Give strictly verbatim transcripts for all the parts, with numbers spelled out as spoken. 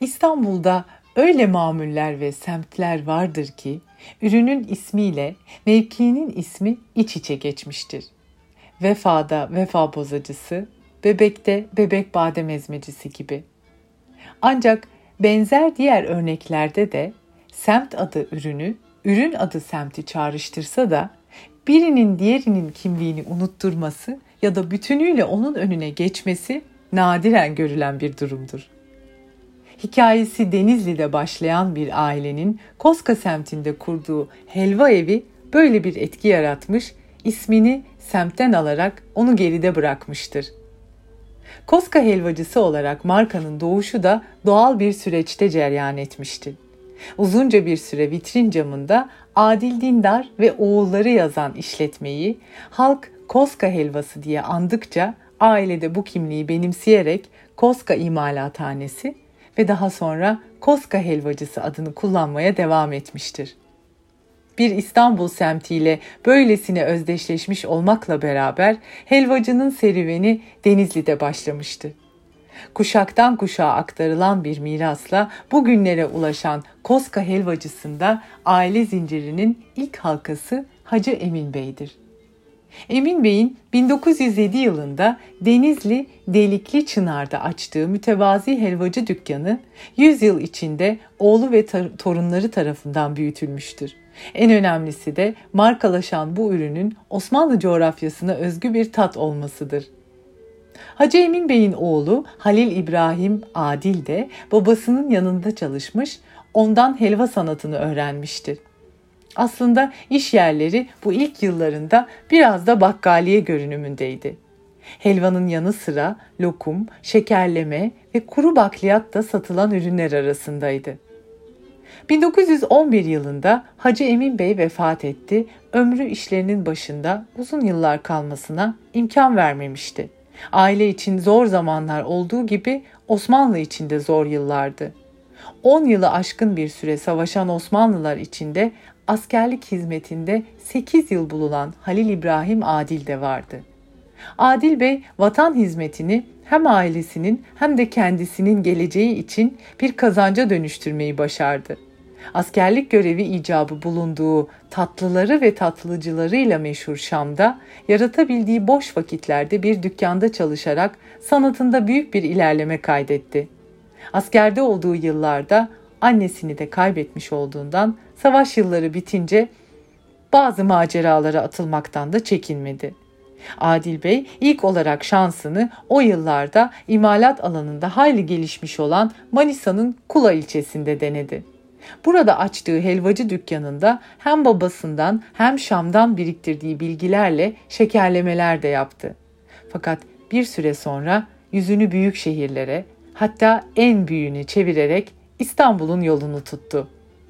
İstanbul'da öyle mamuller ve semtler vardır ki ürünün ismiyle mevkiinin ismi iç içe geçmiştir. Vefada vefa bozacısı, bebekte bebek badem ezmecisi gibi. Ancak benzer diğer örneklerde de semt adı ürünü, ürün adı semti çağrıştırsa da birinin diğerinin kimliğini unutturması ya da bütünüyle onun önüne geçmesi nadiren görülen bir durumdur. Hikayesi Denizli'de başlayan bir ailenin Koska semtinde kurduğu helva evi böyle bir etki yaratmış, ismini semtten alarak onu geride bırakmıştır. Koska helvacısı olarak markanın doğuşu da doğal bir süreçte cereyan etmişti. Uzunca bir süre vitrin camında Adil Dindar ve oğulları yazan işletmeyi halk Koska helvası diye andıkça ailede bu kimliği benimseyerek Koska İmalathanesi ve daha sonra Koska helvacısı adını kullanmaya devam etmiştir. Bir İstanbul semtiyle böylesine özdeşleşmiş olmakla beraber helvacının serüveni Denizli'de başlamıştı. Kuşaktan kuşağa aktarılan bir mirasla bugünlere ulaşan Koska helvacısında aile zincirinin ilk halkası Hacı Emin Bey'dir. Emin Bey'in bin dokuz yüz yedi yılında Denizli Delikli Çınar'da açtığı mütevazi helvacı dükkanı yüz yıl içinde oğlu ve tar- torunları tarafından büyütülmüştür. En önemlisi de markalaşan bu ürünün Osmanlı coğrafyasına özgü bir tat olmasıdır. Hacı Emin Bey'in oğlu Halil İbrahim Adil de babasının yanında çalışmış, ondan helva sanatını öğrenmiştir. Aslında iş yerleri bu ilk yıllarında biraz da bakkaliye görünümündeydi. Helvanın yanı sıra lokum, şekerleme ve kuru bakliyat da satılan ürünler arasındaydı. bin dokuz yüz on bir yılında Hacı Emin Bey vefat etti, ömrü işlerinin başında uzun yıllar kalmasına imkan vermemişti. Aile için zor zamanlar olduğu gibi Osmanlı için de zor yıllardı. on yılı aşkın bir süre savaşan Osmanlılar içinde askerlik hizmetinde sekiz yıl bulunan Halil İbrahim Adil de vardı. Adil Bey vatan hizmetini hem ailesinin hem de kendisinin geleceği için bir kazanca dönüştürmeyi başardı. Askerlik görevi icabı bulunduğu tatlıları ve tatlıcılarıyla meşhur Şam'da yaratabildiği boş vakitlerde bir dükkanda çalışarak sanatında büyük bir ilerleme kaydetti. Askerde olduğu yıllarda annesini de kaybetmiş olduğundan savaş yılları bitince bazı maceralara atılmaktan da çekinmedi. Adil Bey ilk olarak şansını o yıllarda imalat alanında hayli gelişmiş olan Manisa'nın Kula ilçesinde denedi. Burada açtığı helvacı dükkanında hem babasından hem Şam'dan biriktirdiği bilgilerle şekerlemeler de yaptı. Fakat bir süre sonra yüzünü büyük şehirlere, hatta en büyüğünü çevirerek İstanbul'un yolunu tuttu.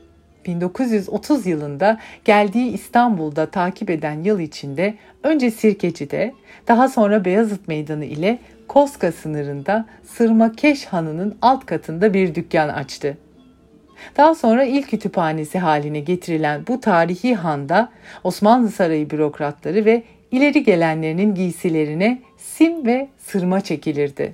bin dokuz yüz otuz yılında geldiği İstanbul'da takip eden yıl içinde önce Sirkeci'de, daha sonra Beyazıt Meydanı ile Koska sınırında Sırmakeş Hanı'nın alt katında bir dükkan açtı. Daha sonra ilk kütüphanesi haline getirilen bu tarihi handa Osmanlı Sarayı bürokratları ve ileri gelenlerinin giysilerine sim ve sırma çekilirdi.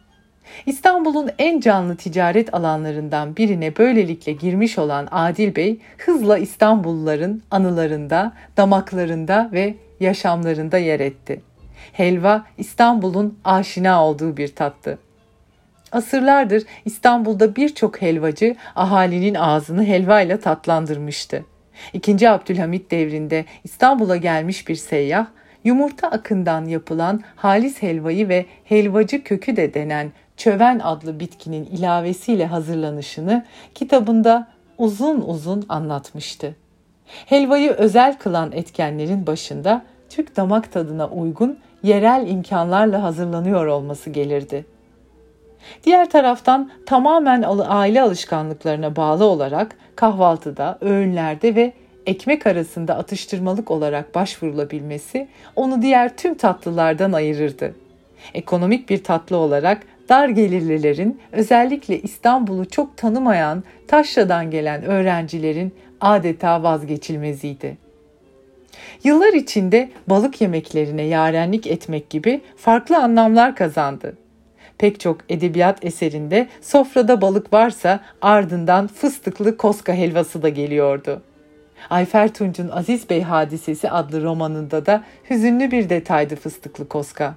İstanbul'un en canlı ticaret alanlarından birine böylelikle girmiş olan Adil Bey, hızla İstanbulluların anılarında, damaklarında ve yaşamlarında yer etti. Helva İstanbul'un aşina olduğu bir tattı. Asırlardır İstanbul'da birçok helvacı ahalinin ağzını helvayla tatlandırmıştı. İkinci Abdülhamit devrinde İstanbul'a gelmiş bir seyyah, yumurta akından yapılan halis helvayı ve helvacı kökü de denen çöven adlı bitkinin ilavesiyle hazırlanışını kitabında uzun uzun anlatmıştı. Helvayı özel kılan etkenlerin başında Türk damak tadına uygun yerel imkanlarla hazırlanıyor olması gelirdi. Diğer taraftan tamamen aile alışkanlıklarına bağlı olarak kahvaltıda, öğünlerde ve ekmek arasında atıştırmalık olarak başvurulabilmesi onu diğer tüm tatlılardan ayırırdı. Ekonomik bir tatlı olarak dar gelirlilerin, özellikle İstanbul'u çok tanımayan taşradan gelen öğrencilerin adeta vazgeçilmeziydi. Yıllar içinde balık yemeklerine yarenlik etmek gibi farklı anlamlar kazandı. Pek çok edebiyat eserinde sofrada balık varsa ardından fıstıklı koska helvası da geliyordu. Ayfer Tunç'un Aziz Bey Hadisesi adlı romanında da hüzünlü bir detaydı fıstıklı koska.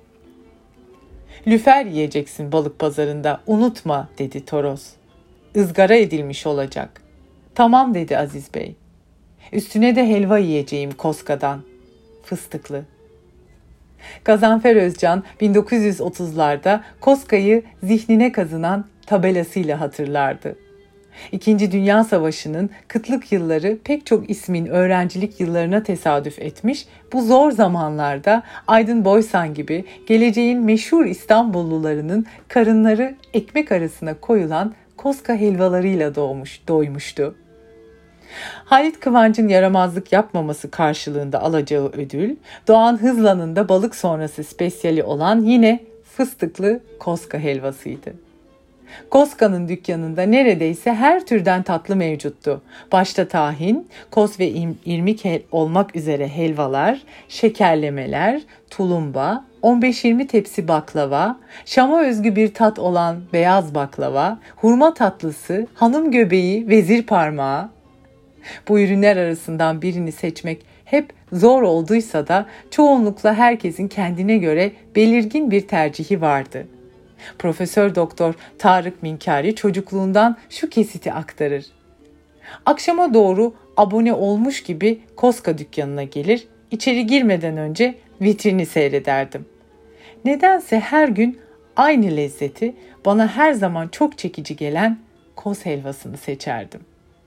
"Lüfer yiyeceksin balık pazarında, unutma," dedi Toros. "Izgara edilmiş olacak." "Tamam," dedi Aziz Bey. "Üstüne de helva yiyeceğim koskadan, fıstıklı." Gazanfer Özcan bin dokuz yüz otuzlarda koskayı zihnine kazınan tabelasıyla hatırlardı. İkinci Dünya Savaşı'nın kıtlık yılları pek çok ismin öğrencilik yıllarına tesadüf etmiş, bu zor zamanlarda Aydın Boysan gibi geleceğin meşhur İstanbullularının karınları ekmek arasına koyulan koska helvalarıyla doğmuş, doymuştu. Halit Kıvanç'ın yaramazlık yapmaması karşılığında alacağı ödül, Doğan Hızlan'ın da balık sonrası spesiyali olan yine fıstıklı koska helvasıydı. Koska'nın dükkanında neredeyse her türden tatlı mevcuttu. Başta tahin, kos ve irmik olmak üzere helvalar, şekerlemeler, tulumba, on beş yirmi tepsi baklava, Şam'a özgü bir tat olan beyaz baklava, hurma tatlısı, hanım göbeği, vezir parmağı. Bu ürünler arasından birini seçmek hep zor olduysa da çoğunlukla herkesin kendine göre belirgin bir tercihi vardı. Profesör Doktor Tarık Minkari çocukluğundan şu kesiti aktarır. "Akşama doğru abone olmuş gibi Koska dükkanına gelir, içeri girmeden önce vitrini seyrederdim. Nedense her gün aynı lezzeti, bana her zaman çok çekici gelen koz helvasını seçerdim."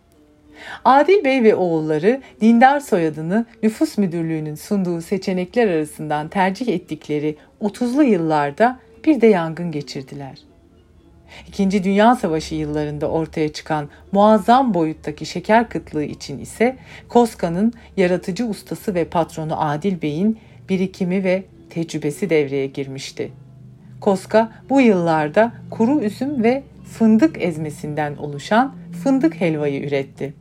Adil Bey ve oğulları dindar soyadını nüfus müdürlüğünün sunduğu seçenekler arasından tercih ettikleri otuzlu yıllarda bir de yangın geçirdiler. İkinci Dünya Savaşı yıllarında ortaya çıkan muazzam boyuttaki şeker kıtlığı için ise Koska'nın yaratıcı ustası ve patronu Adil Bey'in birikimi ve tecrübesi devreye girmişti. Koska bu yıllarda kuru üzüm ve fındık ezmesinden oluşan fındık helvayı üretti.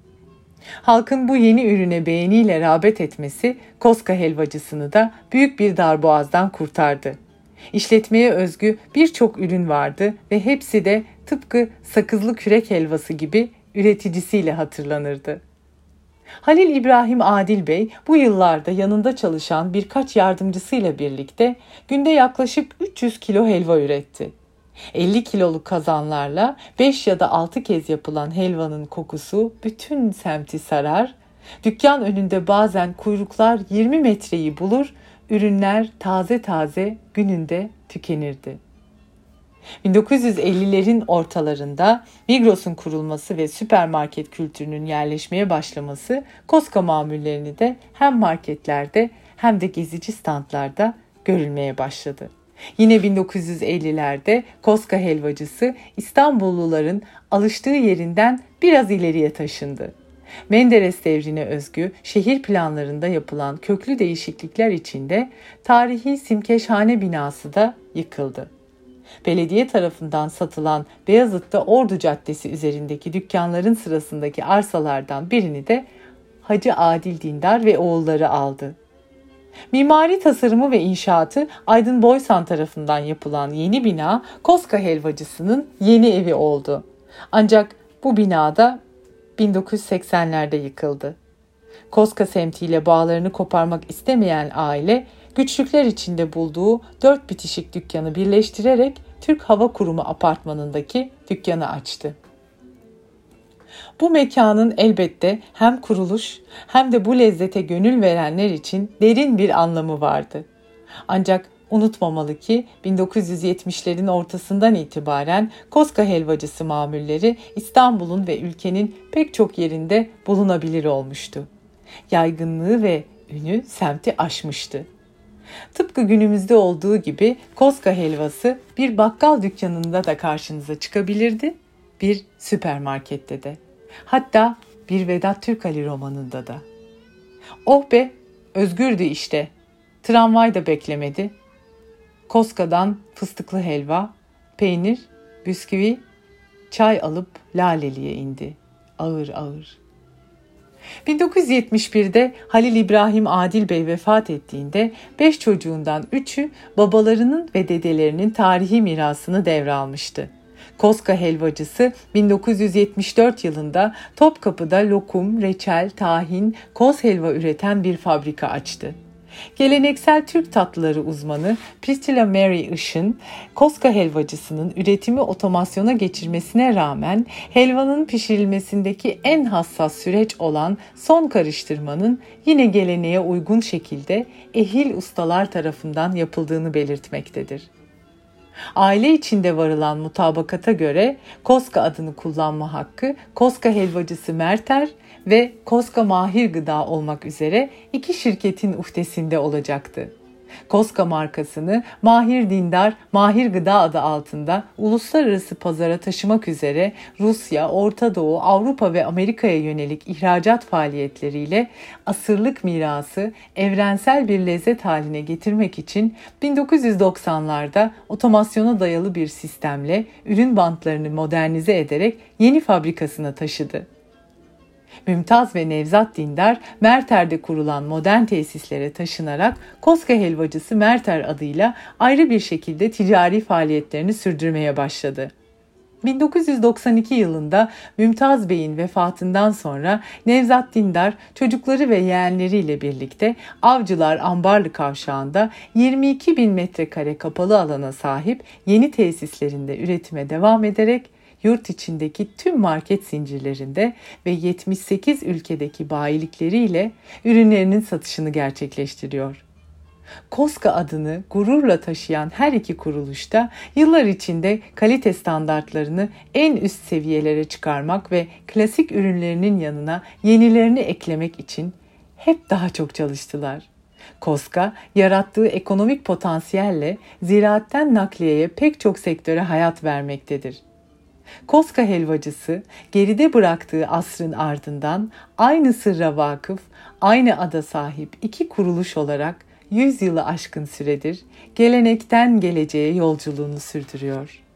Halkın bu yeni ürüne beğeniyle rağbet etmesi Koska helvacısını da büyük bir darboğazdan kurtardı. İşletmeye özgü birçok ürün vardı ve hepsi de tıpkı sakızlı kürek helvası gibi üreticisiyle hatırlanırdı. Halil İbrahim Adil Bey bu yıllarda yanında çalışan birkaç yardımcısıyla birlikte günde yaklaşık üç yüz kilo helva üretti. elli kiloluk kazanlarla beş ya da altı kez yapılan helvanın kokusu bütün semti sarar, dükkan önünde bazen kuyruklar yirmi metreyi bulur, ürünler taze taze gününde tükenirdi. bin dokuz yüz ellilerin ortalarında Migros'un kurulması ve süpermarket kültürünün yerleşmeye başlaması Koska mamullerini de hem marketlerde hem de gezici standlarda görülmeye başladı. Yine bin dokuz yüz ellilerde Koska helvacısı İstanbulluların alıştığı yerinden biraz ileriye taşındı. Menderes devrine özgü şehir planlarında yapılan köklü değişiklikler içinde tarihi Simkeşhane binası da yıkıldı. Belediye tarafından satılan Beyazıt'ta Ordu Caddesi üzerindeki dükkanların sırasındaki arsalardan birini de Hacı Adil Dindar ve oğulları aldı. Mimari tasarımı ve inşaatı Aydın Boysan tarafından yapılan yeni bina Koska helvacısının yeni evi oldu. Ancak bu binada bin dokuz yüz seksenlerde yıkıldı. Koska semtiyle bağlarını koparmak istemeyen aile, güçlükler içinde bulduğu dört bitişik dükkanı birleştirerek Türk Hava Kurumu apartmanındaki dükkanı açtı. Bu mekanın elbette hem kuruluş hem de bu lezzete gönül verenler için derin bir anlamı vardı. Ancak unutmamalı ki bin dokuz yüz yetmişlerin ortasından itibaren Koska helvacısı mamulleri İstanbul'un ve ülkenin pek çok yerinde bulunabilir olmuştu. Yaygınlığı ve ünü semti aşmıştı. Tıpkı günümüzde olduğu gibi Koska helvası bir bakkal dükkanında da karşınıza çıkabilirdi, bir süpermarkette de. Hatta bir Vedat Türkali romanında da. Oh be, özgürdü işte. Tramvay da beklemedi. Koska'dan fıstıklı helva, peynir, bisküvi, çay alıp Laleli'ye indi. Ağır ağır. bin dokuz yüz yetmiş birde Halil İbrahim Adil Bey vefat ettiğinde beş çocuğundan üçü babalarının ve dedelerinin tarihi mirasını devralmıştı. Koska Helvacısı bin dokuz yüz yetmiş dört yılında Topkapı'da lokum, reçel, tahin, koz helva üreten bir fabrika açtı. Geleneksel Türk tatlıları uzmanı Priscilla Mary Işın, Koska Helvacısı'nın üretimi otomasyona geçirmesine rağmen helvanın pişirilmesindeki en hassas süreç olan son karıştırmanın yine geleneğe uygun şekilde ehil ustalar tarafından yapıldığını belirtmektedir. Aile içinde varılan mutabakata göre Koska adını kullanma hakkı Koska Helvacısı Merter ve Koska Mahir Gıda olmak üzere iki şirketin uhdesinde olacaktı. Koska markasını Mahir Dindar, Mahir Gıda adı altında uluslararası pazara taşımak üzere Rusya, Orta Doğu, Avrupa ve Amerika'ya yönelik ihracat faaliyetleriyle asırlık mirası evrensel bir lezzet haline getirmek için bin dokuz yüz doksanlarda otomasyona dayalı bir sistemle ürün bantlarını modernize ederek yeni fabrikasına taşıdı. Mümtaz ve Nevzat Dindar, Merter'de kurulan modern tesislere taşınarak Koska Helvacısı Merter adıyla ayrı bir şekilde ticari faaliyetlerini sürdürmeye başladı. bin dokuz yüz doksan iki yılında Mümtaz Bey'in vefatından sonra Nevzat Dindar çocukları ve yeğenleriyle birlikte Avcılar Ambarlı Kavşağı'nda yirmi iki bin metrekare kapalı alana sahip yeni tesislerinde üretime devam ederek yurt içindeki tüm market zincirlerinde ve yetmiş sekiz ülkedeki bayilikleriyle ürünlerinin satışını gerçekleştiriyor. Koska adını gururla taşıyan her iki kuruluşta yıllar içinde kalite standartlarını en üst seviyelere çıkarmak ve klasik ürünlerinin yanına yenilerini eklemek için hep daha çok çalıştılar. Koska, yarattığı ekonomik potansiyelle ziraatten nakliyeye pek çok sektöre hayat vermektedir. Koska Helvacısı, geride bıraktığı asrın ardından aynı sırra vakıf, aynı ada sahip iki kuruluş olarak yüz yılı aşkın süredir gelenekten geleceğe yolculuğunu sürdürüyor.